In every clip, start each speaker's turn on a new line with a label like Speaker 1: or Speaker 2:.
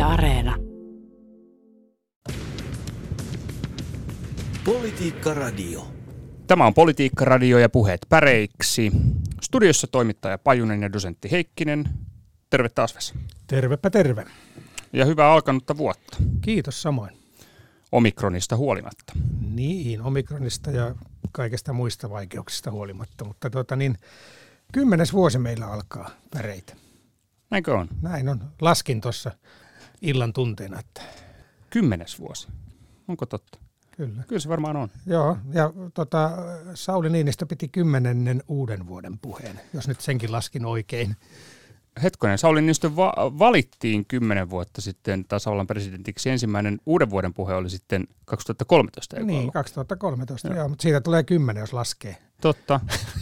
Speaker 1: Areena.
Speaker 2: Politiikka Radio.
Speaker 3: Tämä on Politiikka Radio ja puheet päreiksi. Studiossa toimittaja Pajunen ja dosentti Heikkinen. Terve taas, Vesa.
Speaker 4: Tervepä terve.
Speaker 3: Ja hyvää alkanutta vuotta.
Speaker 4: Kiitos samoin.
Speaker 3: Omikronista huolimatta.
Speaker 4: Niin, omikronista ja kaikista muista vaikeuksista huolimatta, mutta 10. vuosi meillä alkaa päreitä.
Speaker 3: Näinkö on?
Speaker 4: Näin on. Laskin tuossa illan tunteena. Että
Speaker 3: 10. vuosi. Onko totta?
Speaker 4: Kyllä.
Speaker 3: Kyllä se varmaan on.
Speaker 4: Joo, ja Sauli Niinistö piti 10. uuden vuoden puheen, jos nyt senkin laskin oikein.
Speaker 3: Hetkonen, Sauli Niinistö valittiin 10 vuotta sitten tasavallan presidentiksi. Ensimmäinen uuden vuoden puhe oli sitten 2013.
Speaker 4: Niin, 2013, joo, mutta siitä tulee 10, jos laskee.
Speaker 3: Totta.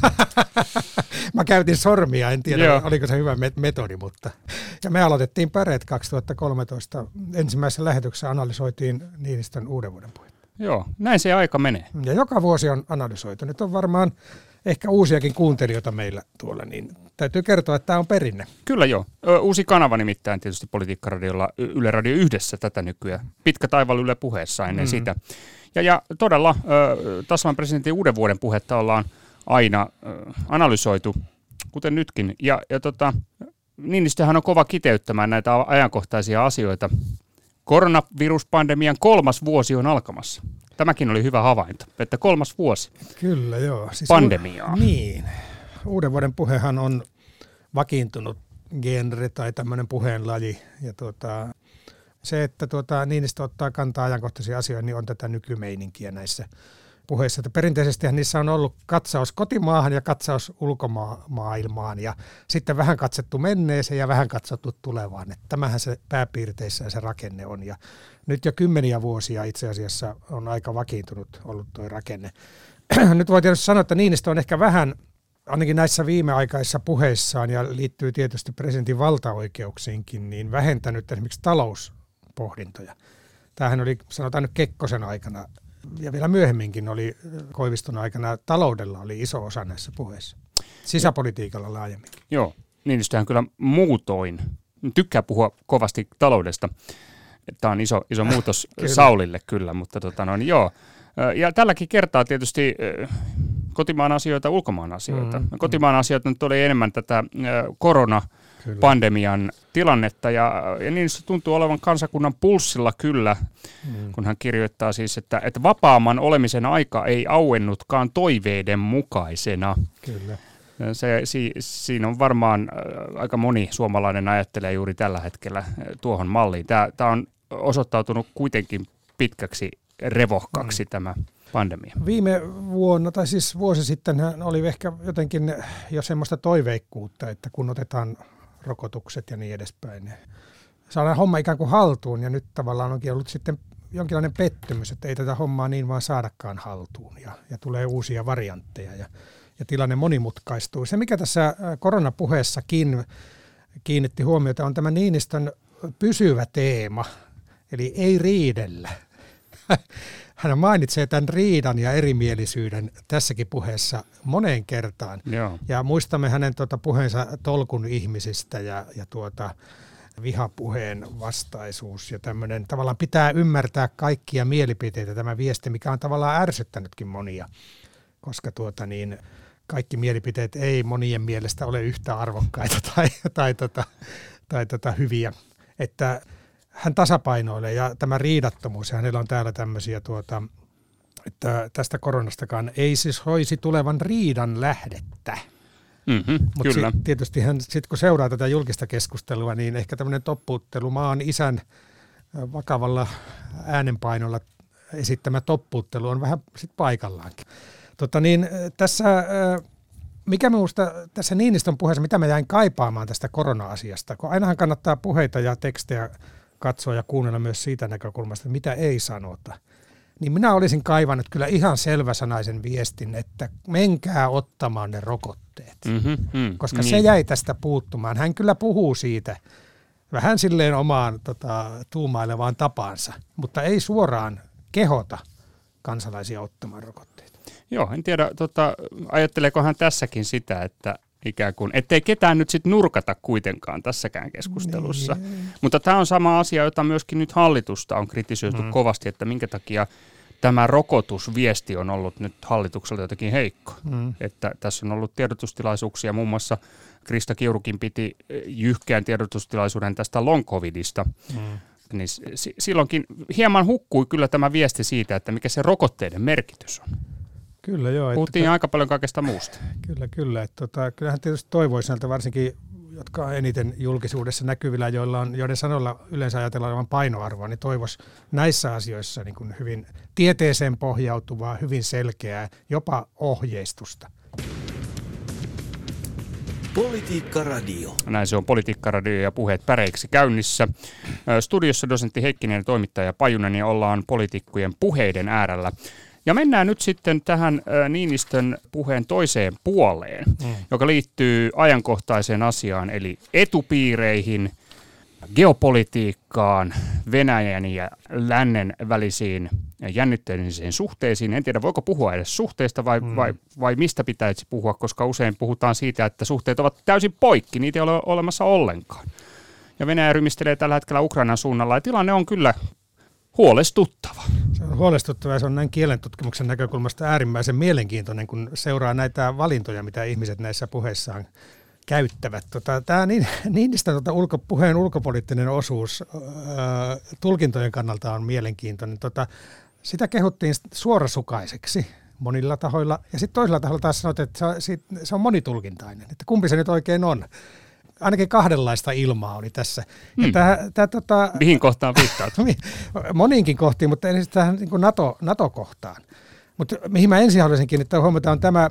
Speaker 4: Mä käytin sormia, en tiedä
Speaker 3: Joo.
Speaker 4: oliko se hyvä metodi, mutta... Ja me aloitettiin päreet 2013. Ensimmäisessä lähetyksessä analysoitiin Niinistön uuden vuoden puhetta.
Speaker 3: Joo, näin se aika menee.
Speaker 4: Ja joka vuosi on analysoitu. Nyt on varmaan ehkä uusiakin kuuntelijoita meillä tuolla, niin täytyy kertoa, että tämä on perinne.
Speaker 3: Kyllä joo. Uusi kanava nimittäin tietysti Politiikka Radiolla, Yle Radio yhdessä tätä nykyään. Pitkä taival Yle puheessa ennen sitä. Ja todella tasavallan presidentin uuden vuoden puhetta ollaan aina analysoitu, kuten nytkin. Ja Niinistöhän on kova kiteyttämään näitä ajankohtaisia asioita. Koronaviruspandemian 3. vuosi on alkamassa. Tämäkin oli hyvä havainto, että 3. vuosi.
Speaker 4: Kyllä, joo. Siis
Speaker 3: pandemiaa.
Speaker 4: Niin. Uuden vuoden puhehan on vakiintunut genre tai tämmöinen puheenlaji. Ja se, että Niinistö ottaa kantaa ajankohtaisiin asioihin, niin on tätä nykymeininkiä näissä puheissa. Perinteisestihän niissä on ollut katsaus kotimaahan ja katsaus ulkomaailmaan ja sitten vähän katsettu menneeseen ja vähän katsottu tulevaan. Että tämähän se pääpiirteissään se rakenne on ja nyt jo 10 vuosia itse asiassa on aika vakiintunut ollut tuo rakenne. Nyt voi tietysti sanoa, että Niinistö on ehkä vähän, ainakin näissä viimeaikaisissa puheissaan ja liittyy tietysti presidentin valtaoikeuksiinkin, niin vähentänyt esimerkiksi talouspohdintoja. Tämähän oli, sanotaan nyt Kekkosen aikana, ja vielä myöhemminkin oli Koiviston aikana, taloudella oli iso osa näissä puheissa. Sisäpolitiikalla laajemmin.
Speaker 3: Joo, Niinistöhän kyllä muutoin tykkää puhua kovasti taloudesta. Tämä on iso muutos Saulille kyllä, mutta joo. Ja tälläkin kertaa tietysti kotimaan asioita, ulkomaan asioita. Kotimaan asioita nyt oli enemmän tätä koronapandemian tilannetta ja Niinistö tuntuu olevan kansakunnan pulssilla kyllä, kun hän kirjoittaa siis, että vapaamman olemisen aika ei auennutkaan toiveiden mukaisena.
Speaker 4: Kyllä.
Speaker 3: Siinä on varmaan aika moni suomalainen ajattelee juuri tällä hetkellä tuohon malliin. Tämä on osoittautunut kuitenkin pitkäksi revohkaksi tämä pandemia. Viime
Speaker 4: vuonna, tai siis vuosi sitten, oli ehkä jotenkin jo semmoista toiveikkuutta, että kun otetaan rokotukset ja niin edespäin, niin saadaan homma ikään kuin haltuun, ja nyt tavallaan onkin ollut sitten jonkinlainen pettymys, että ei tätä hommaa niin vaan saadakaan haltuun, ja tulee uusia variantteja, ja tilanne monimutkaistuu. Se, mikä tässä koronapuheessakin kiinnitti huomiota, on tämä Niinistön pysyvä teema, eli ei riidellä. Hän mainitsee tämän riidan ja erimielisyyden tässäkin puheessa moneen kertaan.
Speaker 3: Joo.
Speaker 4: Ja muistamme hänen puheensa tolkun ihmisistä ja vihapuheen vastaisuus ja tämmöinen. Tavallaan pitää ymmärtää kaikkia mielipiteitä, tämä viesti, mikä on tavallaan ärsyttänytkin monia, koska kaikki mielipiteet ei monien mielestä ole yhtä arvokkaita tai hyviä. Että hän tasapainoilee ja tämä riidattomuus, ja hänellä on täällä tämmöisiä, että tästä koronastakaan ei siis hoisi tulevan riidan lähdettä. Mutta tietysti hän sitten kun seuraa tätä julkista keskustelua, niin ehkä tämmöinen toppuuttelu, maan isän vakavalla äänenpainolla esittämä toppuuttelu on vähän sitten paikallaankin. Mikä minusta tässä Niinistön puheessa, mitä mä jäin kaipaamaan tästä korona-asiasta, kun ainahan kannattaa puheita ja tekstejä katsoa ja kuunnella myös siitä näkökulmasta, mitä ei sanota, niin minä olisin kaivannut kyllä ihan selväsanaisen viestin, että menkää ottamaan ne rokotteet, koska se jäi tästä puuttumaan. Hän kyllä puhuu siitä vähän silleen omaan tuumailevaan tapaansa, mutta ei suoraan kehota kansalaisia ottamaan rokotteita.
Speaker 3: Joo, en tiedä, ajatteleeko hän tässäkin sitä, ikään kuin, ettei ketään nyt sitten nurkata kuitenkaan tässäkään keskustelussa.
Speaker 4: Niin.
Speaker 3: Mutta tämä on sama asia, jota myöskin nyt hallitusta on kritisoitu kovasti, että minkä takia tämä rokotusviesti on ollut nyt hallitukselta jotenkin heikko. Että tässä on ollut tiedotustilaisuuksia, muun muassa Krista Kiurukin piti jyhkeän tiedotustilaisuuden tästä long covidista. Niin silloinkin hieman hukkui kyllä tämä viesti siitä, että mikä se rokotteiden merkitys on.
Speaker 4: Kyllä joo.
Speaker 3: Puhuttiin aika paljon kaikesta muusta.
Speaker 4: Kyllä. Kyllähän tietysti toivoisi näiltä varsinkin, jotka on eniten julkisuudessa näkyvillä, joiden sanoilla yleensä ajatellaan olevan painoarvoa, niin toivoisi näissä asioissa niin kuin hyvin tieteeseen pohjautuvaa, hyvin selkeää, jopa ohjeistusta.
Speaker 1: Politiikka-radio.
Speaker 3: Näin se on Politiikka-radio ja puheet päreiksi käynnissä. Studiossa dosentti Heikkinen ja toimittaja Pajunen ja ollaan poliitikkojen puheiden äärellä. Ja mennään nyt sitten tähän Niinistön puheen toiseen puoleen, joka liittyy ajankohtaiseen asiaan, eli etupiireihin, geopolitiikkaan, Venäjän ja lännen välisiin jännitteellisiin suhteisiin. En tiedä, voiko puhua edes suhteista vai mistä pitäisi puhua, koska usein puhutaan siitä, että suhteet ovat täysin poikki, niitä ei ole olemassa ollenkaan. Ja Venäjä rymistelee tällä hetkellä Ukrainan suunnalla ja tilanne on kyllä huolestuttava.
Speaker 4: Se on huolestuttava ja se on näin kielentutkimuksen näkökulmasta äärimmäisen mielenkiintoinen, kun seuraa näitä valintoja, mitä ihmiset näissä puheissaan käyttävät. Tämä Niinistön puheen ulkopoliittinen osuus tulkintojen kannalta on mielenkiintoinen. Sitä kehuttiin suorasukaiseksi monilla tahoilla ja sitten toisella taholla taas sanottiin, että se on monitulkintainen, että kumpi se nyt oikein on. Ainakin kahdenlaista ilmaa oli tässä.
Speaker 3: Mihin kohtaan viittaat?
Speaker 4: Moniinkin kohtiin, mutta ensin tähän niin kuin NATO-kohtaan. Mutta mihin mä ensin haluaisin kiinnittää huomiota on tämä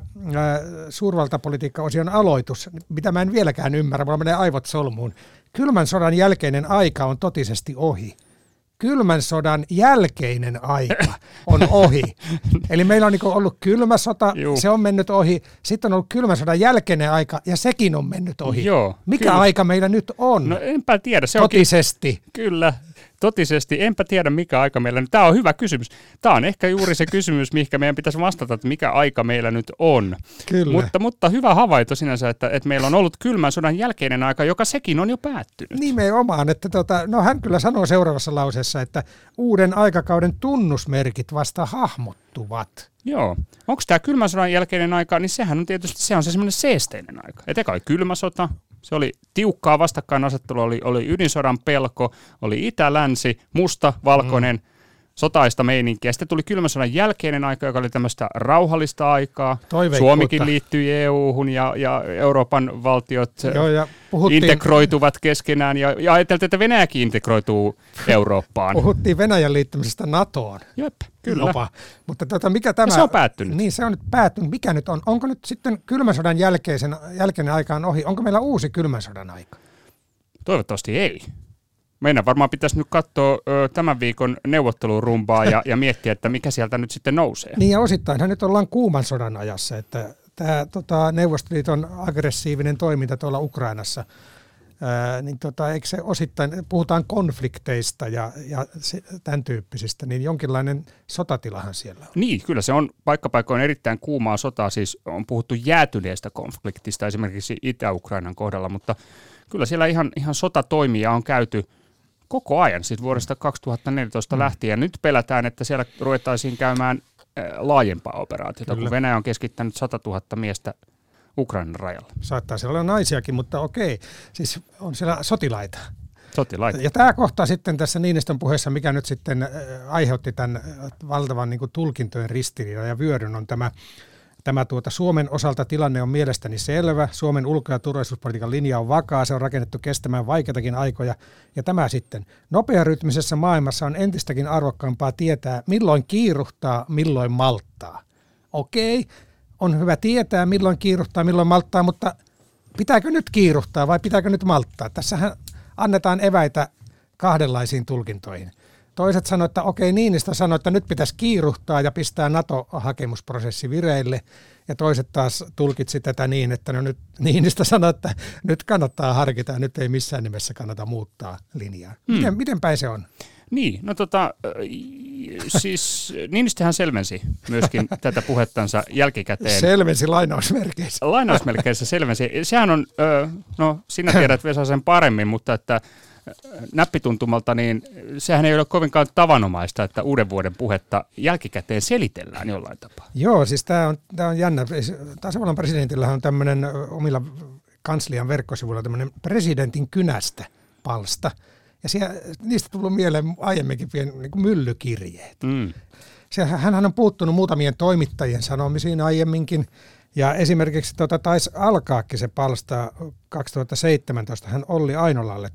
Speaker 4: suurvaltapolitiikka-osion aloitus, mitä mä en vieläkään ymmärrä, mulla menee aivot solmuun. Kylmän sodan jälkeinen aika on totisesti ohi. Kylmän sodan jälkeinen aika on ohi. Eli meillä on niin ollut kylmä sota, se on mennyt ohi. Sitten on ollut kylmän sodan jälkeinen aika ja sekin on mennyt ohi.
Speaker 3: Joo,
Speaker 4: mikä kyllä. Aika meillä nyt on?
Speaker 3: No enpä tiedä. Se
Speaker 4: totisesti.
Speaker 3: Kyllä, totisesti. Enpä tiedä, mikä aika meillä nyt. Tämä on hyvä kysymys. Tämä on ehkä juuri se kysymys, mihinkä meidän pitäisi vastata, että mikä aika meillä nyt on.
Speaker 4: Kyllä.
Speaker 3: Mutta hyvä havaito sinänsä, että meillä on ollut kylmän sodan jälkeinen aika, joka sekin on jo päättynyt.
Speaker 4: Nimenomaan. Että hän kyllä sanoo seuraavassa lauseessa, että uuden aikakauden tunnusmerkit vasta hahmottuvat.
Speaker 3: Joo. Onko tämä kylmän sodan jälkeinen aika, niin sehän on tietysti se semmoinen seesteinen aika. Et eka oli kylmä sota, se oli tiukkaa vastakkainasettelua, oli ydinsodan pelko, oli itä-länsi, musta, valkoinen, sotaista meininkiä. Sitten tuli kylmän sodan jälkeinen aika, joka oli tämmöistä rauhallista aikaa. Suomikin liittyi EU-hun ja Euroopan valtiot integroituvat keskenään ja ajateltiin, että Venäjäkin integroituu Eurooppaan.
Speaker 4: Puhuttiin Venäjän liittymisestä NATOon.
Speaker 3: Jep, kyllä.
Speaker 4: Jopa. Mutta mikä tämä?
Speaker 3: Ja se on päättynyt.
Speaker 4: Niin, se on nyt päättynyt. Mikä nyt on? Onko nyt sitten kylmän sodan jälkeinen aika on ohi? Onko meillä uusi kylmän sodan aika?
Speaker 3: Toivottavasti ei. Meidän varmaan pitäisi nyt katsoa tämän viikon neuvottelurumbaa ja miettiä, että mikä sieltä nyt sitten nousee.
Speaker 4: Niin ja osittainhan nyt ollaan kuuman sodan ajassa, että tämä Neuvostoliiton aggressiivinen toiminta tuolla Ukrainassa, niin eikö se osittain, puhutaan konflikteista ja tämän tyyppisistä, niin jonkinlainen sotatilahan siellä on.
Speaker 3: Niin, kyllä se on paikkapaikoin erittäin kuumaa sotaa, siis on puhuttu jäätyneestä konfliktista esimerkiksi Itä-Ukrainan kohdalla, mutta kyllä siellä ihan sotatoimia on käyty koko ajan, siis vuodesta 2014 lähtien. Nyt pelätään, että siellä ruvettaisiin käymään laajempaa operaatiota, kun Venäjä on keskittänyt 100 000 miestä Ukrainan rajalle.
Speaker 4: Saattaa siellä olla naisiakin, mutta okei. Siis on siellä sotilaita.
Speaker 3: Sotilaita.
Speaker 4: Ja tämä kohta sitten tässä Niinistön puheessa, mikä nyt sitten aiheutti tämän valtavan niin kuin tulkintojen ristiriidan ja vyöryn, on tämä Suomen osalta tilanne on mielestäni selvä. Suomen ulko- ja turvallisuuspolitiikan linja on vakaa, se on rakennettu kestämään vaikeitakin aikoja. Ja tämä sitten, nopearytmisessä maailmassa on entistäkin arvokkaampaa tietää, milloin kiiruhtaa, milloin malttaa. Okei, on hyvä tietää, milloin kiiruhtaa, milloin malttaa, mutta pitääkö nyt kiiruhtaa vai pitääkö nyt malttaa? Tässähän annetaan eväitä kahdenlaisiin tulkintoihin. Toiset sanoivat, että okei, Niinistö sanoi, että nyt pitäisi kiiruhtaa ja pistää NATO-hakemusprosessi vireille. Ja toiset taas tulkitsi tätä niin, että no nyt Niinistö sanoi, että nyt kannattaa harkita ja nyt ei missään nimessä kannata muuttaa linjaa. Miten päin se on?
Speaker 3: Niin, no siis Niinistöhän selvensi myöskin tätä puhettansa jälkikäteen.
Speaker 4: Selvensi lainausmerkeissä.
Speaker 3: Lainausmerkeissä selvensi. Sehän on, no sinä tiedät Vesa sen paremmin, mutta että näppituntumalta, niin sehän ei ole kovinkaan tavanomaista, että uuden vuoden puhetta jälkikäteen selitellään jollain tapaa.
Speaker 4: Joo, siis tämä on jännä. Tasavallan presidentillä on tämmöinen omilla kanslian verkkosivuilla tämmöinen presidentin kynästä palsta. Ja niistä on tullut mieleen aiemminkin niin kuin myllykirjeet. Hänhän on puuttunut muutamien toimittajien sanomisiin aiemminkin. Ja esimerkiksi taisi alkaakin se palsta 2017. Hän Olli Ainolalle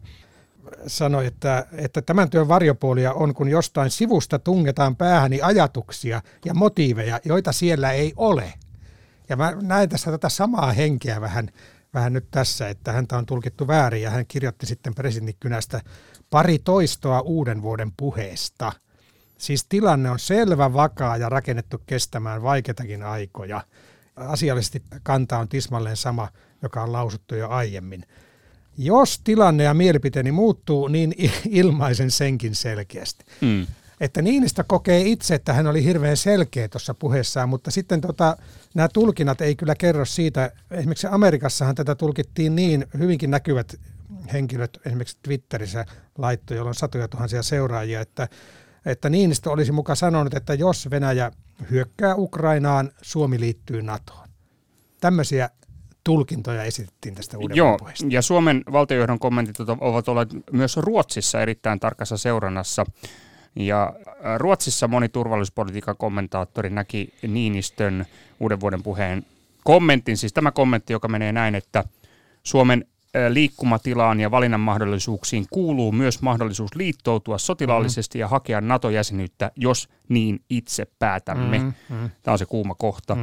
Speaker 4: sanoi, että tämän työn varjopuolia on, kun jostain sivusta tungetaan päähäni ajatuksia ja motiiveja, joita siellä ei ole. Ja mä näen tässä tätä samaa henkeä vähän nyt tässä, että häntä on tulkittu väärin ja hän kirjoitti sitten presidentin kynästä pari toistoa uuden vuoden puheesta. Siis tilanne on selvä, vakaa ja rakennettu kestämään vaikeitakin aikoja. Asiallisesti kanta on tismalleen sama, joka on lausuttu jo aiemmin. Jos tilanne ja mielipiteeni muuttuu, niin ilmaisen senkin selkeästi. Että Niinistö kokee itse, että hän oli hirveän selkeä tuossa puheessaan, mutta sitten nämä tulkinnat ei kyllä kerro siitä. Esimerkiksi Amerikassahan tätä tulkittiin niin, hyvinkin näkyvät henkilöt esimerkiksi Twitterissä laittoi, jolla on satoja tuhansia seuraajia, että Niinistö olisi muka sanonut, että jos Venäjä hyökkää Ukrainaan, Suomi liittyy NATOon. Tämmöisiä tulkintoja esitettiin tästä uuden vuoden puheesta.
Speaker 3: Ja Suomen valtionjohdon kommentit ovat olleet myös Ruotsissa erittäin tarkassa seurannassa. Ja Ruotsissa moni turvallisuuspolitiikan kommentaattori näki Niinistön uuden vuoden puheen kommentin, siis tämä kommentti, joka menee näin, että Suomen liikkumatilaan ja valinnan mahdollisuuksiin kuuluu myös mahdollisuus liittoutua sotilaallisesti ja hakea NATO-jäsenyyttä, jos niin itse päätämme. Tämä on se kuuma kohta.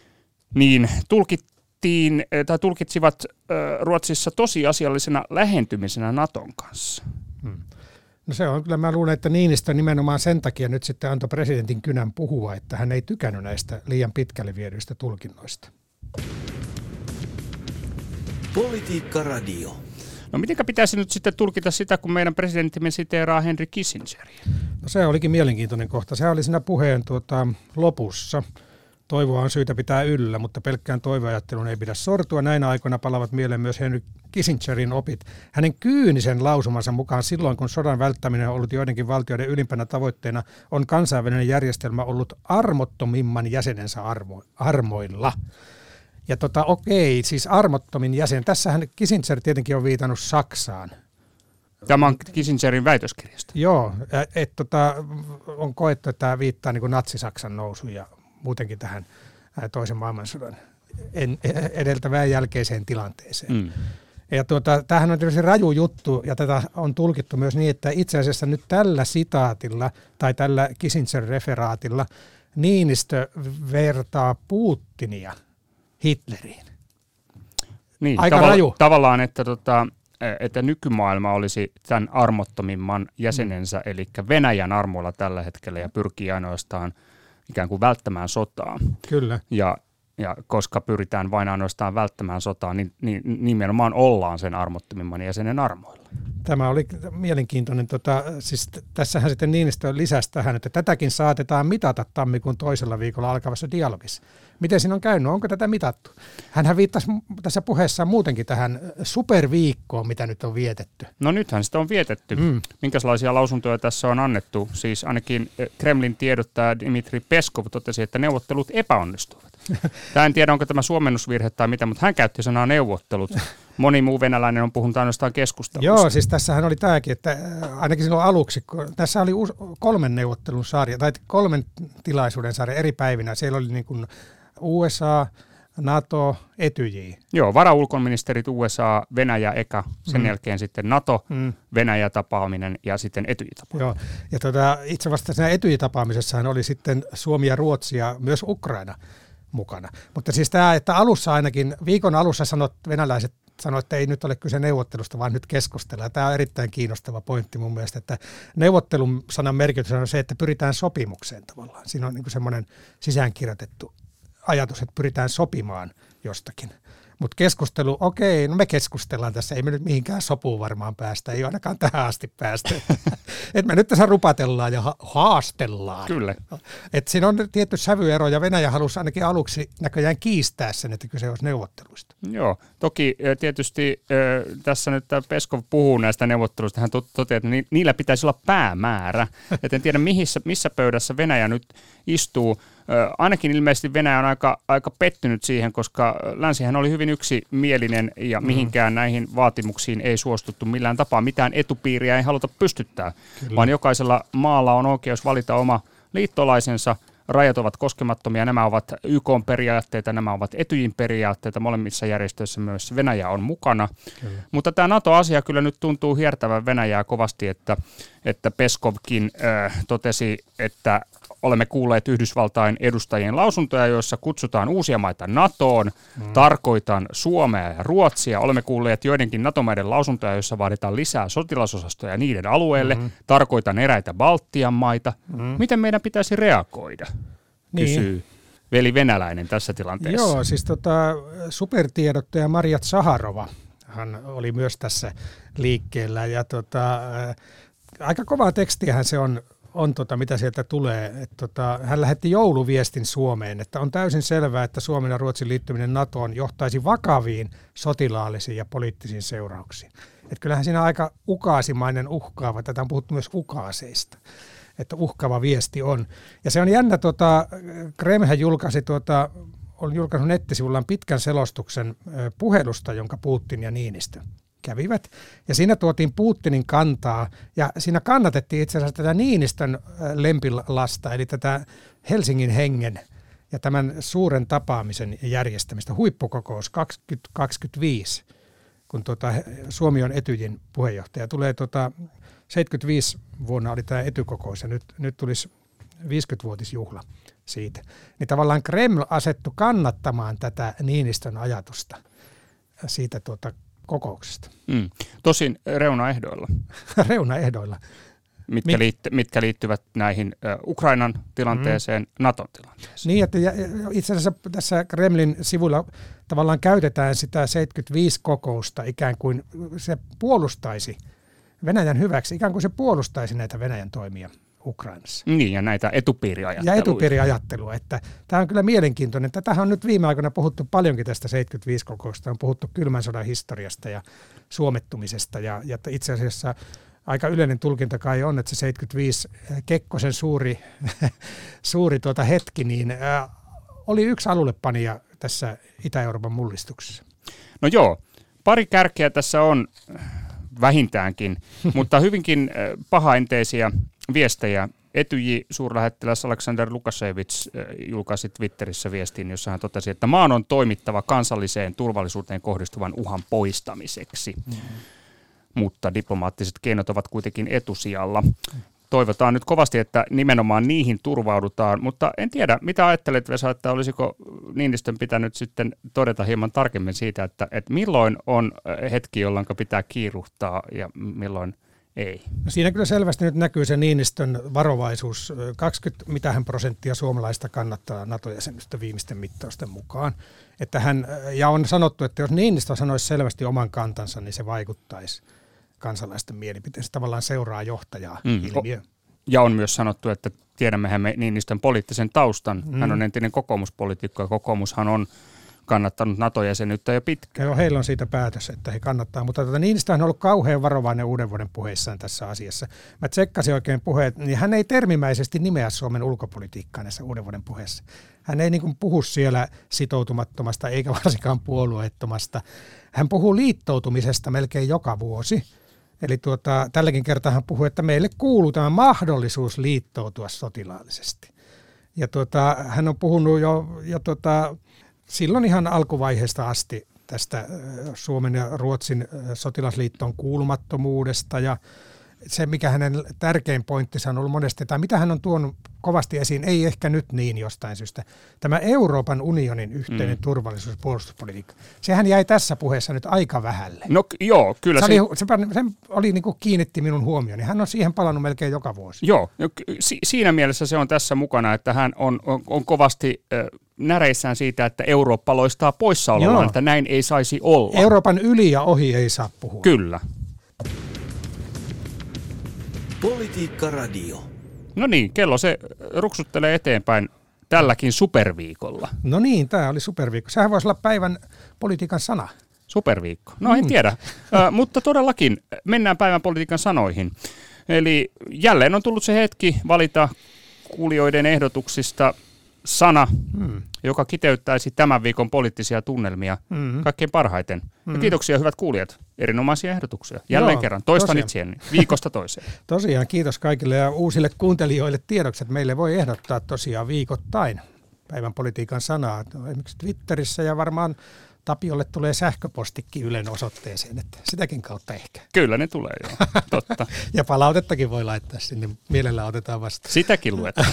Speaker 3: Niin tulkitsivat Ruotsissa tosiasiallisena lähentymisenä NATOn kanssa.
Speaker 4: No se on kyllä, mä luulen, että Niinistö nimenomaan sen takia nyt sitten antoi presidentin kynän puhua, että hän ei tykännyt näistä liian pitkälle viedyistä tulkinnoista.
Speaker 1: Politiikka Radio.
Speaker 3: No mitenkä pitäisi nyt sitten tulkita sitä, kun meidän presidenttimme siteeraa Henry Kissingeria?
Speaker 4: No se olikin mielenkiintoinen kohta. Se oli siinä puheen lopussa. Toivoa on syytä pitää yllä, mutta pelkkään toiveajatteluun ei pidä sortua. Näinä aikoina palavat mieleen myös Henry Kissingerin opit. Hänen kyynisen lausumansa mukaan silloin, kun sodan välttäminen on ollut joidenkin valtioiden ylimpänä tavoitteena, on kansainvälinen järjestelmä ollut armottomimman jäsenensä armoilla. Ja siis armottomin jäsen. Tässähän Kissinger tietenkin on viitannut Saksaan.
Speaker 3: Tämä on Kissingerin väitöskirjasta.
Speaker 4: Joo, on koettu, että tämä viittaa niin kuin natsi-Saksan nousuun ja muutenkin tähän toisen maailmansodan edeltävään jälkeiseen tilanteeseen. Ja tämähän on tietysti raju juttu, ja tätä on tulkittu myös niin, että itse asiassa nyt tällä sitaatilla tai tällä Kissinger-referaatilla Niinistö vertaa Putinia Hitleriin.
Speaker 3: Niin,
Speaker 4: aika raju.
Speaker 3: Tavallaan, että nykymaailma olisi tämän armottomimman jäsenensä, eli Venäjän armoilla tällä hetkellä, ja pyrkii ainoastaan ikään kuin välttämään sotaa.
Speaker 4: Kyllä.
Speaker 3: Ja koska pyritään vain ainoastaan välttämään sotaa, niin nimenomaan ollaan sen armottomimman jäsenen armoilla.
Speaker 4: Tämä oli mielenkiintoinen. Siis tässähän sitten Niinistö lisäsi tähän, että tätäkin saatetaan mitata tammikuun toisella viikolla alkavassa dialogissa. Miten siinä on käynyt? Onko tätä mitattu? Hänhän viittasi tässä puheessaan muutenkin tähän superviikkoon, mitä nyt on vietetty.
Speaker 3: No nythän sitä on vietetty. Minkälaisia lausuntoja tässä on annettu? Siis ainakin Kremlin tiedottaja Dmitri Peskov totesi, että neuvottelut epäonnistuivat. En tiedä, onko tämä suomennusvirhe tai mitä, mutta hän käytti sanaa neuvottelut. Moni muu venäläinen on puhunut ainoastaan keskustelusta.
Speaker 4: Joo, siis tässähän oli tämäkin, että ainakin silloin aluksi, tässä oli 3 neuvottelun sarja, tai 3 tilaisuuden sarja eri päivinä. Siellä oli niin kuin USA, NATO, Etyj.
Speaker 3: Joo, varaulkoministerit USA, Venäjä eka, sen jälkeen sitten NATO, Venäjä tapaaminen ja sitten Etyj tapaaminen.
Speaker 4: Joo, ja itse vasta siinä Etyj tapaamisessahan oli sitten Suomi ja Ruotsi ja myös Ukraina mukana. Mutta siis tämä, että alussa ainakin, viikon alussa venäläiset sanoivat, että ei nyt ole kyse neuvottelusta, vaan nyt keskustellaan. Tämä on erittäin kiinnostava pointti mun mielestä, että neuvottelun sanan merkitys on se, että pyritään sopimukseen tavallaan. Siinä on niin kuin semmoinen sisäänkirjoitettu ajatus, että pyritään sopimaan jostakin. Mutta keskustelu, okei, no me keskustellaan tässä, ei me nyt mihinkään sopuun varmaan päästä, ei ainakaan tähän asti päästä. Että me nyt tässä rupatellaan ja haastellaan.
Speaker 3: Kyllä.
Speaker 4: Että siinä on tietty sävyero ja Venäjä halusi ainakin aluksi näköjään kiistää sen, että kyse olisi neuvotteluista.
Speaker 3: Joo, toki tietysti tässä nyt Peskov puhuu näistä neuvotteluista, hän toteaa, että niillä pitäisi olla päämäärä. Et en tiedä, missä pöydässä Venäjä nyt istuu. Ainakin ilmeisesti Venäjä on aika pettynyt siihen, koska länsihän oli hyvin yksimielinen ja mihinkään näihin vaatimuksiin ei suostuttu millään tapaa. Mitään etupiiriä ei haluta pystyttää, vaan jokaisella maalla on oikeus valita oma liittolaisensa. Rajat ovat koskemattomia, nämä ovat YK-periaatteita, nämä ovat Etyjin periaatteita, molemmissa järjestöissä myös Venäjä on mukana. Kyllä. Mutta tämä NATO-asia kyllä nyt tuntuu hiertävän Venäjää kovasti, että Peskovkin totesi, että olemme kuulleet Yhdysvaltain edustajien lausuntoja, joissa kutsutaan uusia maita NATOon, tarkoitan Suomea ja Ruotsia. Olemme kuulleet joidenkin NATO-maiden lausuntoja, joissa vaaditaan lisää sotilasosastoja niiden alueelle, tarkoitan eräitä Baltian maita. Miten meidän pitäisi reagoida, kysyy veli venäläinen tässä tilanteessa.
Speaker 4: Joo, siis supertiedottaja Marja Zaharova, hän oli myös tässä liikkeellä ja aika kovaa tekstiähän se on mitä sieltä tulee. Hän lähetti jouluviestin Suomeen, että on täysin selvää, että Suomen ja Ruotsin liittyminen NATOon johtaisi vakaviin sotilaallisiin ja poliittisiin seurauksiin. Että kyllähän siinä aika ukaasimainen uhkaava, tätä on puhuttu myös ukaaseista, että uhkaava viesti on. Ja se on jännä, Kremlhän julkaisi on julkaissut nettisivullaan pitkän selostuksen puhelusta, jonka Putin ja Niinistö kävivät. Ja siinä tuotiin Putinin kantaa, ja siinä kannatettiin itse asiassa tätä Niinistön lempilasta, eli tätä Helsingin hengen ja tämän suuren tapaamisen järjestämistä, huippukokous 2025, kun Suomi on Etyjin puheenjohtaja. Tulee 75 vuonna oli tämä Etykokous, ja nyt tulisi 50-vuotisjuhla siitä. Niin tavallaan Kreml asettui kannattamaan tätä Niinistön ajatusta siitä kokouksesta.
Speaker 3: Tosin reunaehdoilla.
Speaker 4: Reunaehdoilla.
Speaker 3: Mitkä liittyvät näihin Ukrainan tilanteeseen, Naton tilanteeseen.
Speaker 4: Niin, että itse asiassa tässä Kremlin sivuilla tavallaan käytetään sitä 75-kokousta ikään kuin se puolustaisi Venäjän hyväksi, ikään kuin se puolustaisi näitä Venäjän toimia Ukrainassa.
Speaker 3: Niin, ja näitä etupiiriajattelua.
Speaker 4: Ja etupiiriajattelua, että tämä on kyllä mielenkiintoinen. Tätähän on nyt viime aikoina puhuttu paljonkin tästä 75-kokousta. On puhuttu kylmän sodan historiasta ja suomettumisesta, ja itse asiassa aika yleinen tulkinta kai on, että se 75 Kekkosen suuri hetki, niin oli yksi alullepanija tässä Itä-Euroopan mullistuksessa.
Speaker 3: No joo, pari kärkeä tässä on vähintäänkin, mutta hyvinkin pahaenteisiä viestejä. Etyj-suurlähettiläs Aleksander Lukashevits julkaisi Twitterissä viestin, jossa hän totesi, että maan on toimittava kansalliseen turvallisuuteen kohdistuvan uhan poistamiseksi. Mutta diplomaattiset keinot ovat kuitenkin etusijalla. Toivotaan nyt kovasti, että nimenomaan niihin turvaudutaan, mutta en tiedä, mitä ajattelet, Vesa, että olisiko Niinistön pitänyt sitten todeta hieman tarkemmin siitä, että milloin on hetki, jolloin pitää kiiruhtaa ja milloin ei. No
Speaker 4: siinä kyllä selvästi nyt näkyy se Niinistön varovaisuus. 20% suomalaista kannattaa NATO-jäsenystä viimeisten mittausten mukaan. Että ja on sanottu, että jos Niinistö sanoisi selvästi oman kantansa, niin se vaikuttaisi kansalaisten mielipiteessä. Tavallaan seuraa johtajaa ilmiö.
Speaker 3: Ja on myös sanottu, että tiedämmehän me Niinistön poliittisen taustan. Hän on entinen kokoomuspoliitikko ja kokoomushan on kannattanut NATO-jäsenyyttä jo pitkään.
Speaker 4: Joo, heillä on siitä päätös, että he kannattaa, mutta Niinistöhän on ollut kauhean varovainen uuden vuoden puheissaan tässä asiassa. Mä tsekkasin oikein puheet, niin hän ei termimäisesti nimeä Suomen ulkopolitiikkaa näissä uuden vuoden puheissa. Hän ei niin kuin puhu siellä sitoutumattomasta eikä varsinkaan puolueettomasta. Hän puhuu liittoutumisesta melkein joka vuosi. Eli tälläkin kertaa hän puhuu, että meille kuuluu tämä mahdollisuus liittoutua sotilaallisesti. Ja hän on puhunut jo silloin ihan alkuvaiheesta asti tästä Suomen ja Ruotsin sotilasliittoon kuulumattomuudesta ja se, mikä hänen tärkein pointtinsa on ollut monesti, tai mitä hän on tuonut kovasti esiin, ei ehkä nyt niin jostain syystä. Tämä Euroopan unionin yhteinen turvallisuus- ja puolustuspolitiikka, sehän jäi tässä puheessa nyt aika vähälle.
Speaker 3: No joo, kyllä.
Speaker 4: Se oli niin kuin kiinnitti minun huomioni. Hän on siihen palannut melkein joka vuosi.
Speaker 3: Joo, siinä mielessä se on tässä mukana, että hän on kovasti näreissään siitä, että Eurooppa loistaa poissaolollaan, että näin ei saisi olla.
Speaker 4: Euroopan yli ja ohi ei saa puhua.
Speaker 3: Kyllä.
Speaker 1: Politiikka Radio.
Speaker 3: No niin, kello se ruksuttelee eteenpäin tälläkin superviikolla.
Speaker 4: No niin, tämä oli superviikko. Sehän voisi olla päivän politiikan sana.
Speaker 3: Superviikko. No en tiedä, mutta todellakin mennään päivän politiikan sanoihin. Eli jälleen on tullut se hetki valita kuulijoiden ehdotuksista sana, joka kiteyttäisi tämän viikon poliittisia tunnelmia kaikkein parhaiten. Ja kiitoksia hyvät kuulijat, erinomaisia ehdotuksia. Jälleen kerran, toistan itseäni, viikosta toiseen.
Speaker 4: Tosiaan, kiitos kaikille ja uusille kuuntelijoille tiedoksi, että meille voi ehdottaa tosiaan viikoittain päivän politiikan sanaa. Esimerkiksi Twitterissä ja varmaan Tapiolle tulee sähköpostikin Ylen osoitteeseen, että sitäkin kautta ehkä.
Speaker 3: Kyllä ne tulee, joo. Totta.
Speaker 4: Ja palautettakin voi laittaa sinne, mielellään otetaan vastaan.
Speaker 3: Sitäkin luetaan.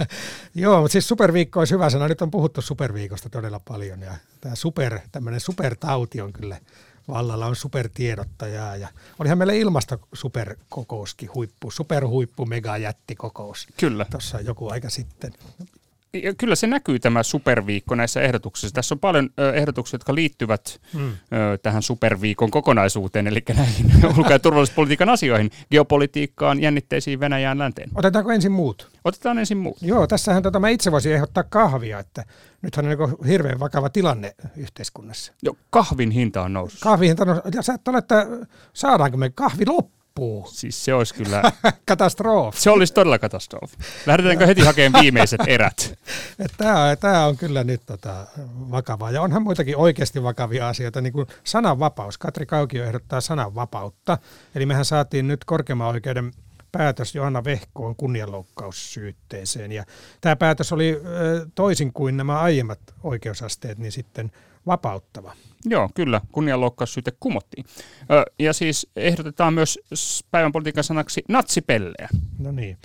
Speaker 4: Joo, mutta siis superviikko olisi hyvä sana. Nyt on puhuttu superviikosta todella paljon ja tämä tämmöinen supertauti on kyllä vallalla, on supertiedottajaa ja olihan meillä ilmastosuperkokouskin superhuippu megajättikokous.
Speaker 3: Kyllä.
Speaker 4: Tuossa joku aika sitten.
Speaker 3: Ja kyllä se näkyy tämä superviikko näissä ehdotuksissa. Tässä on paljon ehdotuksia, jotka liittyvät tähän superviikon kokonaisuuteen, eli näihin ulko- ja turvallisuuspolitiikan asioihin, geopolitiikkaan, jännitteisiin Venäjään, länteen.
Speaker 4: Otetaanko ensin muut?
Speaker 3: Otetaan ensin muut.
Speaker 4: Joo, tässähän mä itse voisin ehdottaa kahvia, että nythän on niin hirveän vakava tilanne yhteiskunnassa.
Speaker 3: Joo, kahvin hinta on noussut.
Speaker 4: Kahvin hinta on noussut. Ja sä et ole, että saadaanko me kahvi loppuu?
Speaker 3: Siis se olisi kyllä
Speaker 4: katastrofi.
Speaker 3: Se olisi todella katastrofi. Lähdetäänkö heti hakemaan viimeiset erät?
Speaker 4: Tämä on kyllä nyt vakavaa. Ja onhan muitakin oikeasti vakavia asioita, niin kuin sananvapaus. Katri Kaukio ehdottaa sananvapautta. Eli mehän saatiin nyt korkeimman oikeuden päätös Johanna Vehkoon kunnianloukkaussyytteeseen. Ja tämä päätös oli toisin kuin nämä aiemmat oikeusasteet, niin sitten vapauttava.
Speaker 3: Joo, kyllä. Kunnianloukkaussyyte kumottiin. Ja siis ehdotetaan myös päivän politiikan sanaksi natsipelleä.
Speaker 4: No niin.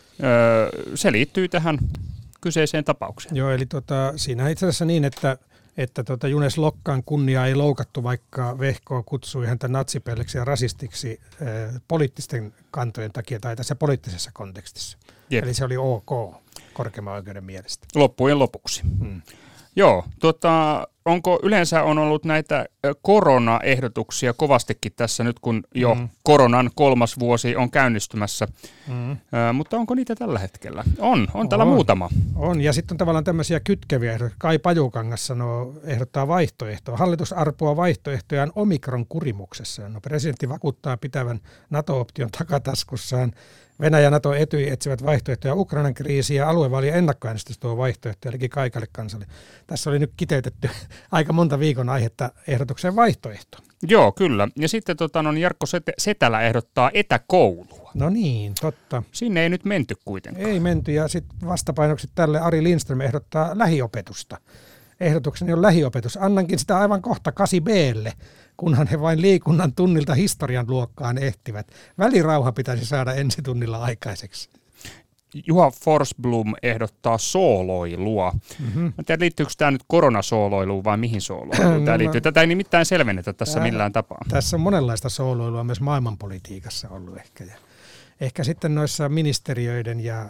Speaker 3: Se liittyy tähän kyseiseen tapaukseen.
Speaker 4: Joo, eli siinä itse asiassa niin, että Junes Lokkan kunnia ei loukattu, vaikka Vehko kutsui häntä natsipelleksi ja rasistiksi poliittisten kantojen takia tai tässä poliittisessa kontekstissa. Jep. Eli se oli ok korkeimman oikeuden mielestä.
Speaker 3: Loppujen lopuksi. Joo, onko yleensä on ollut näitä koronaehdotuksia kovastikin tässä nyt, kun jo koronan 3. vuosi on käynnistymässä, mutta onko niitä tällä hetkellä? On täällä muutama.
Speaker 4: On, ja sitten on tavallaan tämmöisiä kytkeviä ehdotuksia. Kai Pajukangas ehdottaa vaihtoehtoa. Hallitus arpoaa vaihtoehtojaan omikron kurimuksessa. No, presidentti vakuuttaa pitävän NATO-option takataskussaan. Venäjä ja NATO Etyj etsivät vaihtoehtoja Ukrainan kriisiin ja aluevaalien ennakkoäänestys tuo vaihtoehtoja, eli kaikille kansalle. Tässä oli nyt kiteytetty aika monta viikon aihetta ehdotukseen vaihtoehtoon.
Speaker 3: Joo, kyllä. Ja sitten Jarkko Setälä ehdottaa etäkoulua.
Speaker 4: No niin, totta.
Speaker 3: Sinne ei nyt menty kuitenkaan.
Speaker 4: Ei menty, ja sitten vastapainoksi tälle Ari Lindström ehdottaa lähiopetusta. Ehdotukseni on lähiopetus. Annankin sitä aivan kohta 8B:lle, kunhan he vain liikunnan tunnilta historian luokkaan ehtivät. Välirauha pitäisi saada ensitunnilla aikaiseksi.
Speaker 3: Juha Forsblom ehdottaa sooloilua. Mä en tiedä, liittyykö tämä nyt koronasooloiluun vai mihin sooloiluun tämä liittyy. Tätä ei nimittäin selvennetä tässä millään tapaa.
Speaker 4: Tässä on monenlaista sooloilua myös maailmanpolitiikassa ollut ehkä. Ehkä sitten noissa ministeriöiden ja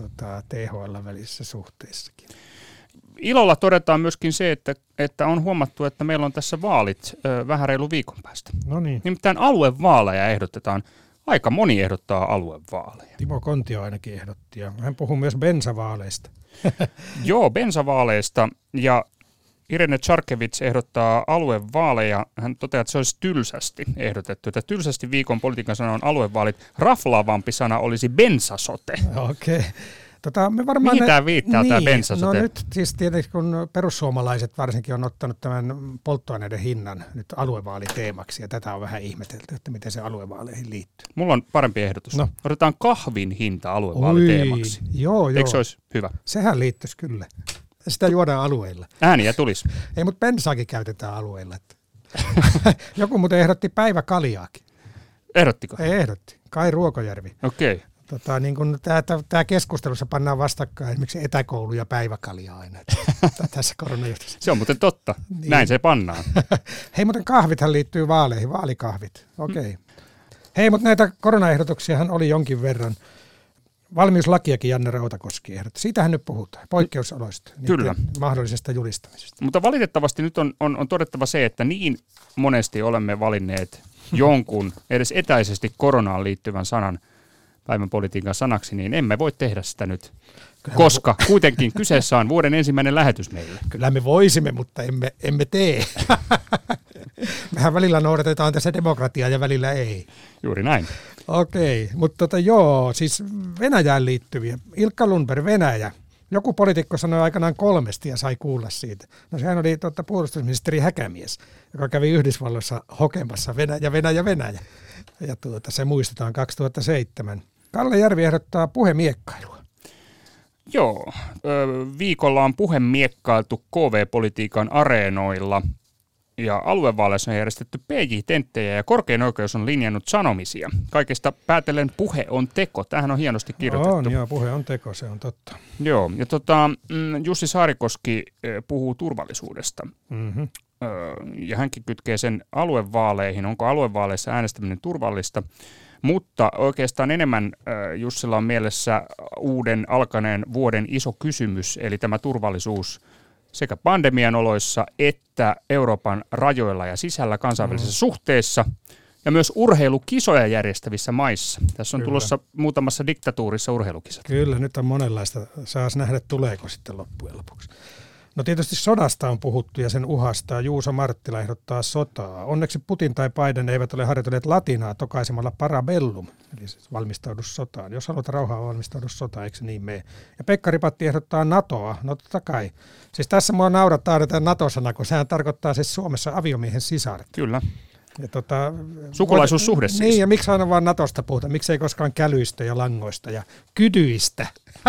Speaker 4: THL välissä suhteissakin.
Speaker 3: Ilolla todetaan myöskin se, että on huomattu, että meillä on tässä vaalit vähän reilu viikon päästä.
Speaker 4: No niin.
Speaker 3: Nimittäin aluevaaleja ehdotetaan. Aika moni ehdottaa aluevaaleja.
Speaker 4: Timo Kontio ainakin ehdotti, ja hän puhuu myös bensavaaleista.
Speaker 3: Joo, bensavaaleista, ja Irene Charkevits ehdottaa aluevaaleja. Hän toteaa, että se olisi tylsästi ehdotettu. Että tylsästi viikon politiikan sana on aluevaalit. Raflaavampi sana olisi bensasote.
Speaker 4: Okei. Me varmaan
Speaker 3: mihin tämä viittaa, tämä bensasote?
Speaker 4: No nyt siis tietysti, kun perussuomalaiset varsinkin on ottanut tämän polttoaineiden hinnan nyt aluevaaliteemaksi, ja tätä on vähän ihmetelty, että miten se aluevaaleihin liittyy.
Speaker 3: Mulla on parempi ehdotus. No. Otetaan kahvin hinta aluevaaliteemaksi.
Speaker 4: Joo.
Speaker 3: Eikö se olisi hyvä?
Speaker 4: Sehän liittyisi kyllä. Sitä juodaan alueilla.
Speaker 3: Ääniä tulisi.
Speaker 4: Ei, mutta bensaakin käytetään alueilla. Joku muuten ehdotti päiväkaljaakin.
Speaker 3: Ehdottiko?
Speaker 4: Ehdotti. Kai Ruokojärvi.
Speaker 3: Okei.
Speaker 4: Niin kun tämä keskustelussa pannaan vastakkain esimerkiksi etäkoulu ja päiväkalja aina tässä koronajohtajassa.
Speaker 3: Se on muuten totta. Niin. Näin se pannaan.
Speaker 4: Hei, muuten kahvithan liittyy vaaleihin, vaalikahvit. Okei. Hei, mutta näitä koronaehdotuksiahan oli jonkin verran. valmiuslakiakin Janne Rautakoski ehdotti. Siitähän nyt puhutaan, poikkeusoloista,
Speaker 3: Kyllä.
Speaker 4: mahdollisesta julistamisesta.
Speaker 3: Mutta valitettavasti nyt on todettava se, että niin monesti olemme valinneet jonkun edes etäisesti koronaan liittyvän sanan päivän politiikan sanaksi, niin emme voi tehdä sitä nyt, koska kuitenkin kyseessä on vuoden ensimmäinen lähetys meille.
Speaker 4: Kyllä me voisimme, mutta emme tee. Mehän välillä noudatetaan tässä demokratiaa ja välillä ei.
Speaker 3: Juuri näin.
Speaker 4: Okei, mutta siis Venäjään liittyviä. Ilkka Lundberg, Venäjä. Joku poliitikko sanoi aikanaan 3 ja sai kuulla siitä. No sehän oli puolustusministeri Häkämies, joka kävi Yhdysvalloissa hokemassa Venäjä. Ja se muistetaan 2007. Kalle Järvi ehdottaa puhemiekkailua.
Speaker 3: Joo, viikolla on puhemiekkailtu KV-politiikan areenoilla ja aluevaaleissa on järjestetty PJ-tenttejä ja korkein oikeus on linjannut sanomisia. Kaikesta päätellen puhe on teko. Tämähän on hienosti kirjoitettu.
Speaker 4: On, joo, puhe on teko, se on totta.
Speaker 3: Joo, ja Jussi Saarikoski puhuu turvallisuudesta. Mm-hmm. Ja hänkin kytkee sen aluevaaleihin. Onko aluevaaleissa äänestäminen turvallista? Mutta oikeastaan enemmän Jussilla on mielessä uuden alkaneen vuoden iso kysymys, eli tämä turvallisuus sekä pandemian oloissa että Euroopan rajoilla ja sisällä kansainvälisessä suhteessa ja myös urheilukisoja järjestävissä maissa. Tässä on tulossa muutamassa diktatuurissa urheilukisat.
Speaker 4: Kyllä, nyt on monenlaista. Saas nähdä, tuleeko sitten loppujen lopuksi. No tietysti sodasta on puhuttu ja sen uhasta. Juuso Marttila ehdottaa sotaa. Onneksi Putin tai Biden eivät ole harjoitelleet latinaa tokaisemalla parabellum, eli valmistaudu sotaan. Jos haluat rauhaa, valmistaudu sotaan, eikö se niin mene? Ja Pekka Ripatti ehdottaa NATOa. No totta kai. Siis tässä mua naurattaa tämä NATO-sana, kun sehän tarkoittaa siis Suomessa aviomiehen sisaret.
Speaker 3: Kyllä.
Speaker 4: Ja
Speaker 3: sukulaisuussuhde siis.
Speaker 4: Niin, ja miksi aina vaan NATOsta puhuta? Miksi ei koskaan kälyistä ja langoista ja kydyistä?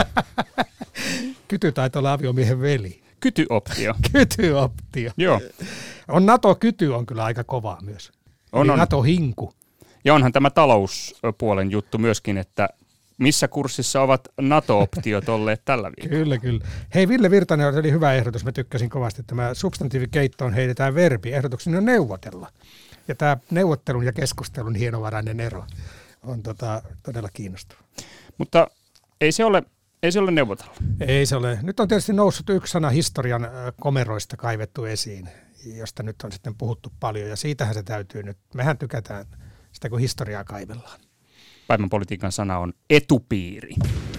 Speaker 4: Kyty taitaa olla aviomiehen veli.
Speaker 3: Kytyoptio.
Speaker 4: Kytyoptio.
Speaker 3: Joo.
Speaker 4: NATO-kyty on kyllä aika kovaa myös.
Speaker 3: On.
Speaker 4: NATO-hinku.
Speaker 3: Ja onhan tämä talouspuolen juttu myöskin, että missä kurssissa ovat NATO-optiot olleet tällä viikolla.
Speaker 4: Kyllä. Hei, Ville Virtanen oli hyvä ehdotus. Mä tykkäsin kovasti. Tämä substantiivikeittoon heitetään verbi. Ehdotukseni on neuvotella. Ja tämä neuvottelun ja keskustelun hienovarainen ero on todella kiinnostava.
Speaker 3: Mutta ei se ole neuvotella.
Speaker 4: Ei se ole. Nyt on tietysti noussut yksi sana historian komeroista kaivettu esiin, josta nyt on sitten puhuttu paljon, ja siitähän se täytyy nyt. Mehän tykätään sitä, kun historiaa kaivellaan.
Speaker 3: Päivän politiikan sana on etupiiri.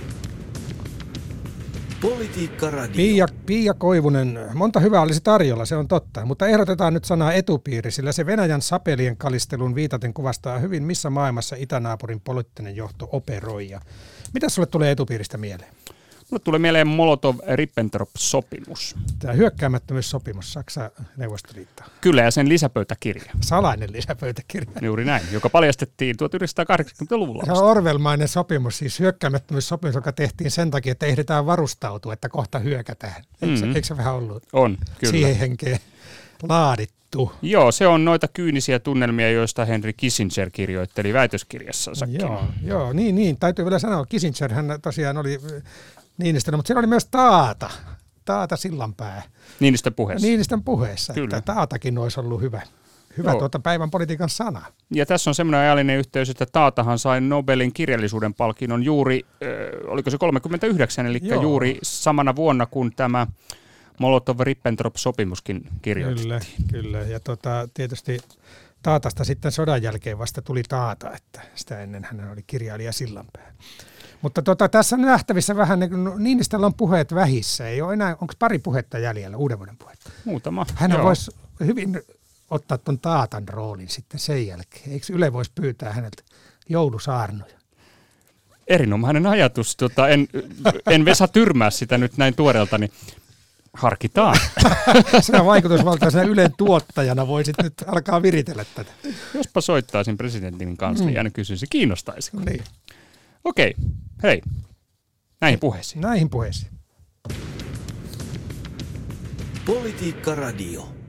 Speaker 1: Politiikka Radio.
Speaker 4: Pia Koivunen, monta hyvää olisi tarjolla, se on totta, mutta ehdotetaan nyt sanaa etupiiri, sillä se Venäjän sapelien kalistelun viitaten kuvastaa hyvin, missä maailmassa itänaapurin poliittinen johto operoi. Mitä sulle tulee etupiiristä mieleen?
Speaker 3: Mulle tulee mieleen Molotov-Ribbentrop-sopimus.
Speaker 4: Tämä hyökkäämättömyyssopimus Saksa-Neuvostoliitto.
Speaker 3: Kyllä, ja sen lisäpöytäkirja.
Speaker 4: Salainen lisäpöytäkirja.
Speaker 3: Juuri näin, joka paljastettiin 1980-luvulla.
Speaker 4: Se on orwellmainen sopimus, siis hyökkäämättömyyssopimus, joka tehtiin sen takia, että ehditään varustautua, että kohta hyökätään. Eikö se vähän ollut?
Speaker 3: On, kyllä.
Speaker 4: Siihen henkeen laadittu.
Speaker 3: Joo, se on noita kyynisiä tunnelmia, joista Henry Kissinger kirjoitteli väitöskirjassansakin.
Speaker 4: Joo, niin. Täytyy vielä sanoa, Kissinger hän tosiaan oli Niinistön, mutta siellä oli myös Taata Sillanpää.
Speaker 3: Niinistön
Speaker 4: puheessa. Kyllä. Että Taatakin olisi ollut hyvä päivän politiikan sana.
Speaker 3: Ja tässä on semmoinen ajallinen yhteys, että Taatahan sai Nobelin kirjallisuuden palkinnon juuri, oliko se 39, eli juuri samana vuonna, kun tämä Molotov-Ribbentrop-sopimuskin kirjoitettiin.
Speaker 4: Kyllä. Ja tietysti Taatasta sitten sodan jälkeen vasta tuli Taata, että sitä ennen hän oli kirjailija Sillanpää. Mutta tässä on nähtävissä vähän, Niinistöllä on puheet vähissä. Ei ole enää, onko pari puhetta jäljellä, uuden vuoden puhetta?
Speaker 3: Muutama.
Speaker 4: Hän voisi hyvin ottaa tuon Taatan roolin sitten sen jälkeen. Eikö Yle voisi pyytää häneltä joulusaarnoja?
Speaker 3: Erinomainen ajatus. En Vesa tyrmää sitä nyt näin tuoreelta, niin harkitaan.
Speaker 4: Sinä vaikutusvaltaisena Ylen tuottajana voisit nyt alkaa viritellä tätä.
Speaker 3: Jospa soittaisin presidentin kanssa ja kysyisin, kiinnostaisiko.
Speaker 4: Niin.
Speaker 3: Okei, hei. Näihin puheisiin.
Speaker 4: Näihin puheisiin.
Speaker 1: Politiikka Radio.